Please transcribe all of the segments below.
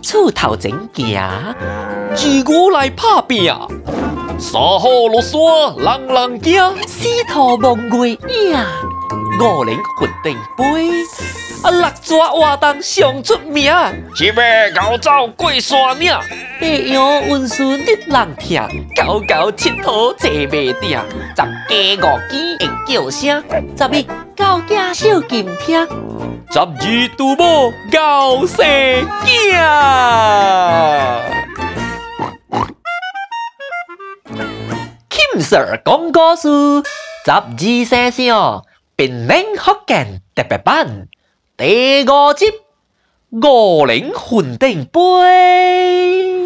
厝头前行，自我来拍拼。三好落山，人人惊，四兔望月影。五岭混地杯，六蛇活动上出名。 一马高走过山岭， 八羊运顺得人听，九九七头坐袂定。十家五鸡会叫声，十一狗仔小金听，十二拄母狗生囝。Kim Sir 讲故事，十二生肖平岭福建特别版第5集五岭混定杯。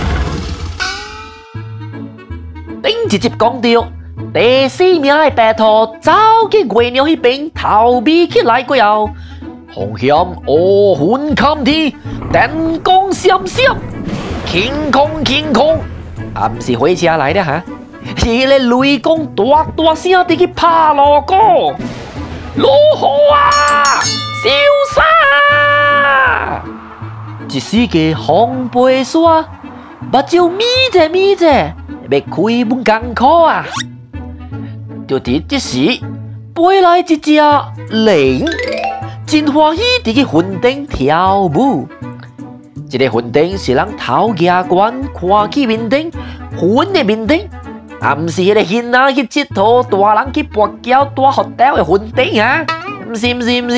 顶一集讲到第4名的白兔走去月亮迄边逃避起来过后，风险乌云坎天，电光闪闪，晴空晴空，不是火车来的哈。是迄个雷公大大声地去拍锣鼓，落雨啊，小沙！一时个风飞沙，目睭眯着，要开门艰苦啊！就伫这时，飞来一只灵，真欢喜地去云顶跳舞。这个云顶是人头牙悬看起面顶，云的面顶。不是迄个囡仔去佚佗，大人去跋筊、大学校的云顶啊！不是，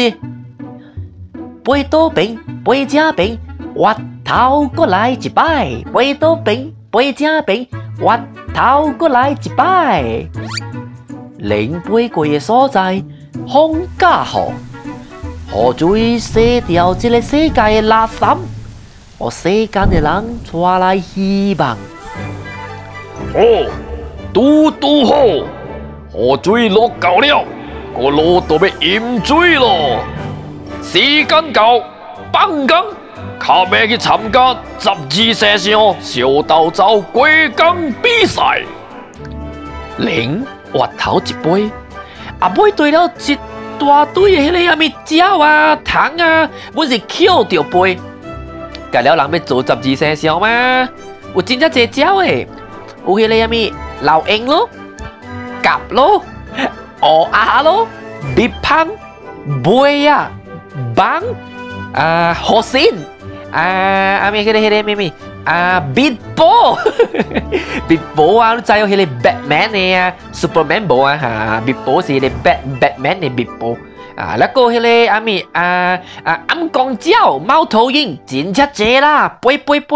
飞倒边，飞正边，滑头过来一摆；飞倒边，飞正边，滑头过来一摆。零飞过的所在，风假雨，雨水洗掉这个世界的垃圾，予世间的人带来希望。 哦。拄好，雨水落够了，我落都要饮水咯。时间到，放工，卡要去参加12生肖小豆走过江比赛。 零滑头一杯，买对了一大堆的迄个鸟啊、虫啊，阮是捡着杯。改了人要做12生肖吗？有真正侪鸟诶，有迄个老鹰咯、鴿咯、烏鴉咯、蜜蜂、梅啊、蠓河仙bitch 寶bitch 寶啊，你知有迄個 Batman 嘅啊 ，Superman 寶啊嚇，bitch 寶是迄個 Batman 嘅bitch 寶啊，那個迄個暗光鳥、貓頭鷹，真正濟啦，飛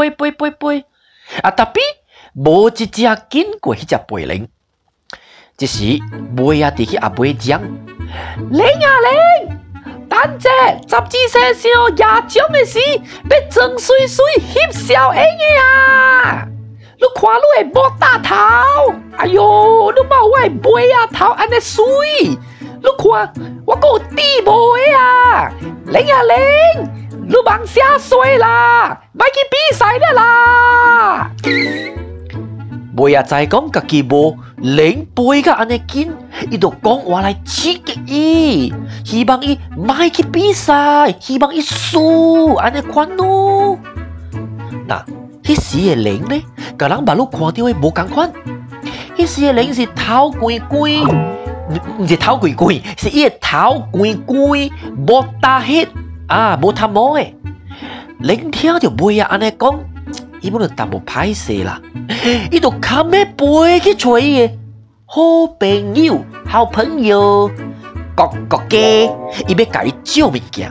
特別。无一只经过迄只背灵，这时梅啊伫去买奖，灵啊灵，等者12生肖亚奖的时，要装水水翕小英的啊！你看你的无大头，哎哟，你冇我的梅啊头安尼水，你看我还有底帽的啊！灵啊灵，你忙写衰啦，莫去比赛了啦！梅啊，再讲家己无零背甲安尼紧，伊就讲话来刺激伊，希望伊莫去比赛，希望伊输安尼款咯。那迄时的零呢，甲人目睭看到的无共款。迄时的零是头圆圆，唔是头圆圆，是伊的头圆圆，无大黑啊，无头毛的。零听着梅啊安尼讲。伊本就淡薄歹势啦，伊就扛要飞去找伊个好朋友、好朋友哥家，伊要甲伊借物件。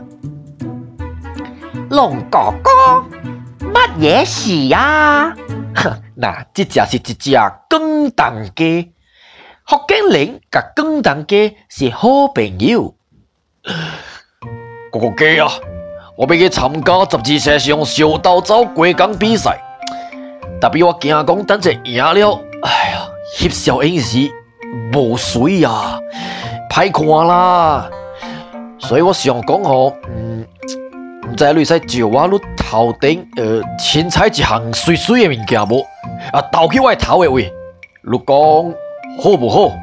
龙哥哥，乜嘢事啊？嗱，这只是一只广东鸡，福建人甲广东鸡是好朋友。 哥哥鸡啊！我要去参加12生肖小豆走过江比赛，但比我惊讲等者赢了，哎呀，翕小英时无水啊，歹看啦。所以我想讲吼，唔知你使借我你头顶凊彩一项水水的物件无？投去我的头的位，你讲好不好？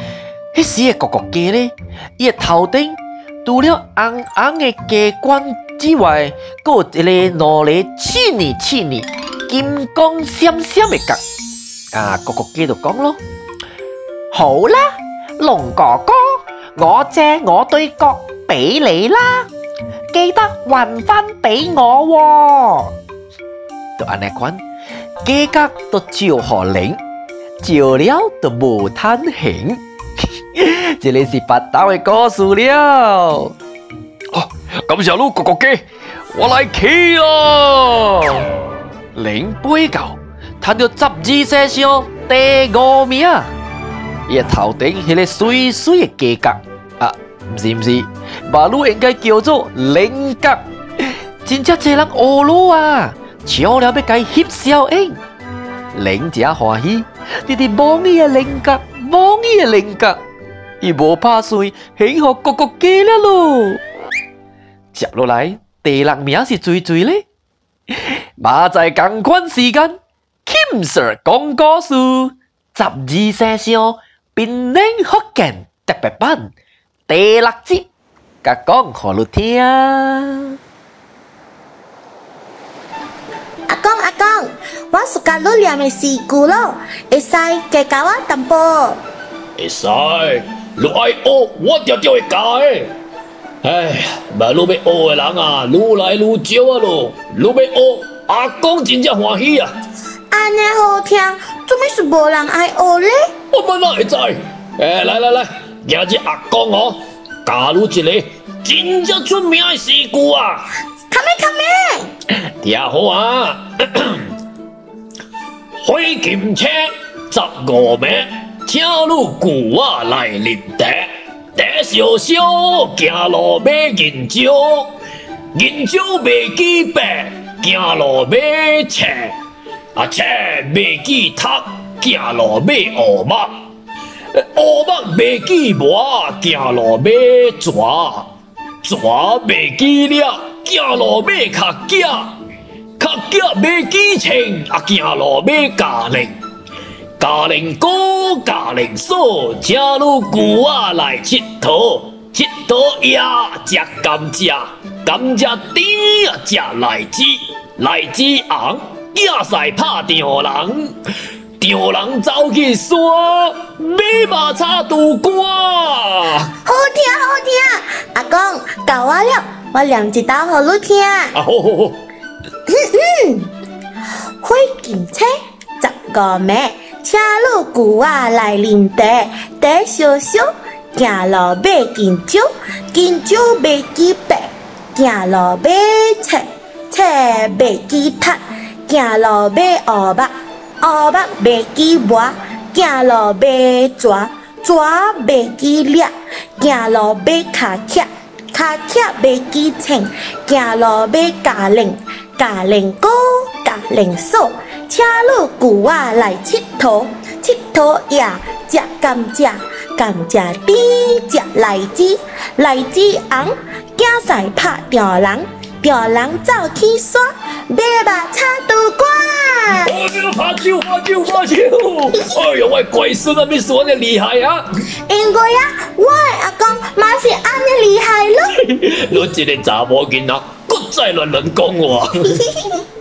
迄时的哥哥鸡咧，伊的头顶除了红红的鸡冠之外，还有一个拿嚟刺你金光闪闪的角。哥哥雞就講咯，好啦，龍哥哥，我借我對角俾你啦，記得還返俾我喎。就安尼款，雞角都照河領，照了都無攤形。這裡是八斗嘅故事了。 感謝你哥哥雞，我來起咯。 領杯狗，賺到12世上第5名。伊頭頂迄個水水嘅雞角唔是，馬路應該叫做菱角。真正濟人學路啊，笑了要甲伊翕小影。領者歡喜，直直望伊嘅菱角，伊無怕水，幸好哥哥雞了咯。接落來第6名是水咧。馬仔同款時間 ，Kim Sir 講故事，12世上檳榔福建特別版第6集，甲講互你聽。 阿公，我暑假錄念嘅詩句咯，會使加教我淡薄。 會使，你愛學，我條會教嘅。哎，嘛你要學嘅人啊，愈來愈少啊咯。你要學，阿公真正歡喜啊。 安尼好聽，做咩是無人愛學咧？ 我們哪會知？來，今日阿公哦，教你一個真正出名嘅詩句啊。 come咩？ 聽好啊！花金車15名，請你句我來認得。茶燒燒，行路買銀蕉，銀蕉袂記白，行路買冊，冊袂記讀，行路買烏木，烏木袂記磨，行路買蛇，蛇袂記了，行路買殼夾，殼夾袂記稱，行路買家令。家令哥，家令嫂，請你句我來佚佗，佚佗也食甘蔗，甘蔗甜食荔枝，荔枝紅，野賽拍丈人，丈人走去山，買馬叉拄歌。 好聽，阿公教我了，我念一道互你聽。 好。 花金車15名。請你句我來認得，茶燒燒，行路買金蕉，金蕉袂記白，行路買冊，冊袂記讀，行路買烏木，烏木袂記磨，行路買蛇，蛇袂記掠，行路買殼夾，殼夾袂記稱，行路買家令，家令哥，家令嫂。請你句我來佚佗，佚佗也食甘蔗，甘蔗甜食荔枝，荔枝紅，野賽拍丈人，丈人走去山，買馬叉拄歌。 拍手！哎呀，我乖孫啊，你說你厲害啊！ 因為我的阿公嘛是安尼厲害咯。 你這個查某囡仔，骨再亂講話。